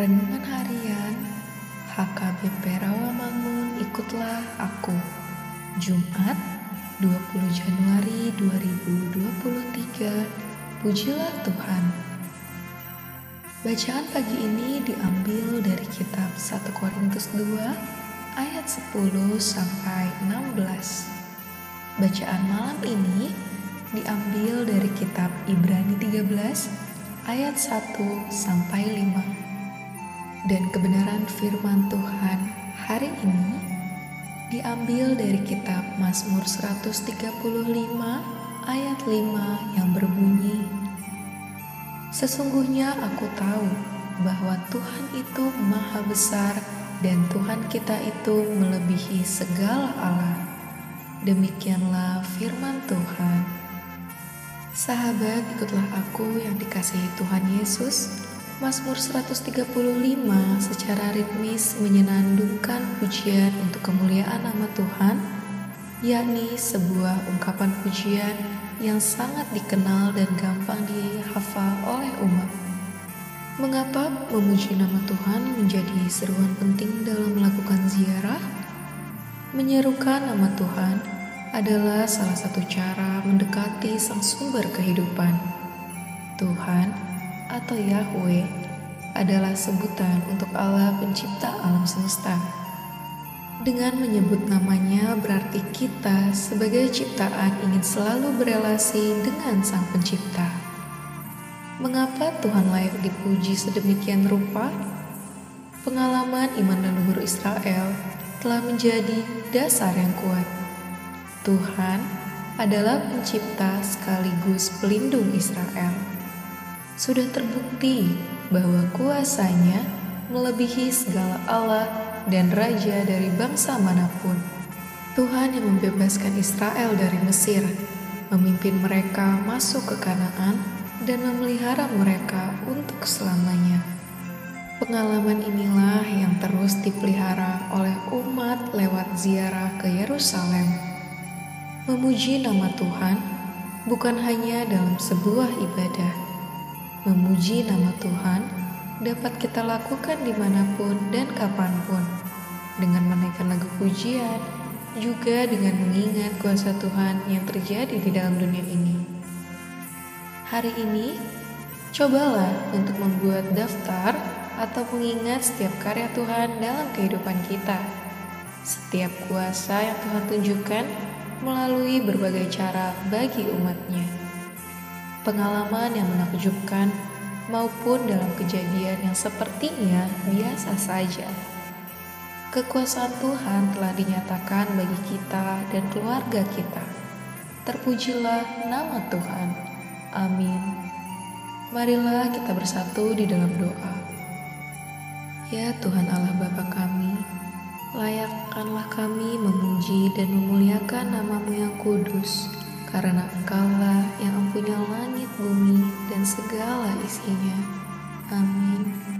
Renungan Harian HKBP Rawamangun, Ikutlah Aku. Jumat 20 Januari 2023. Pujilah Tuhan. Bacaan pagi ini diambil dari kitab 1 Korintus 2 ayat 10 sampai 16. Bacaan malam ini diambil dari kitab Ibrani 13 ayat 1 sampai 5. Dan kebenaran firman Tuhan hari ini diambil dari kitab Mazmur 135 ayat 5 yang berbunyi, "Sesungguhnya aku tahu bahwa Tuhan itu maha besar dan Tuhan kita itu melebihi segala Allah." Demikianlah firman Tuhan. Sahabat, ikutlah aku yang dikasihi Tuhan Yesus. Mazmur 135 secara ritmis menyenandungkan pujian untuk kemuliaan nama Tuhan, yakni sebuah ungkapan pujian yang sangat dikenal dan gampang dihafal oleh umat. Mengapa memuji nama Tuhan menjadi seruan penting dalam melakukan ziarah? Menyerukan nama Tuhan adalah salah satu cara mendekati sang sumber kehidupan. Tuhan atau Yahweh adalah sebutan untuk Allah pencipta alam semesta. Dengan menyebut namanya berarti kita sebagai ciptaan ingin selalu berelasi dengan sang pencipta. Mengapa Tuhan layak dipuji sedemikian rupa? Pengalaman iman leluhur Israel telah menjadi dasar yang kuat. Tuhan adalah pencipta sekaligus pelindung Israel. Sudah terbukti bahwa kuasanya melebihi segala Allah dan raja dari bangsa manapun. Tuhan yang membebaskan Israel dari Mesir, memimpin mereka masuk ke Kanaan dan memelihara mereka untuk selamanya. Pengalaman inilah yang terus dipelihara oleh umat lewat ziarah ke Yerusalem. Memuji nama Tuhan bukan hanya dalam sebuah ibadah. Memuji nama Tuhan dapat kita lakukan dimanapun dan kapanpun, dengan menaikkan lagu pujian, juga dengan mengingat kuasa Tuhan yang terjadi di dalam dunia ini. Hari ini, cobalah untuk membuat daftar atau mengingat setiap karya Tuhan dalam kehidupan kita. Setiap kuasa yang Tuhan tunjukkan melalui berbagai cara bagi umatnya. Pengalaman yang menakjubkan maupun dalam kejadian yang sepertinya biasa saja. Kekuasaan Tuhan telah dinyatakan bagi kita dan keluarga kita. Terpujilah nama Tuhan. Amin. Marilah kita bersatu di dalam doa. Ya Tuhan Allah Bapa kami, layakkanlah kami memuji dan memuliakan nama-Mu yang kudus, karena Engkaulah yang mempunyai langit, bumi, dan segala isinya. Amin.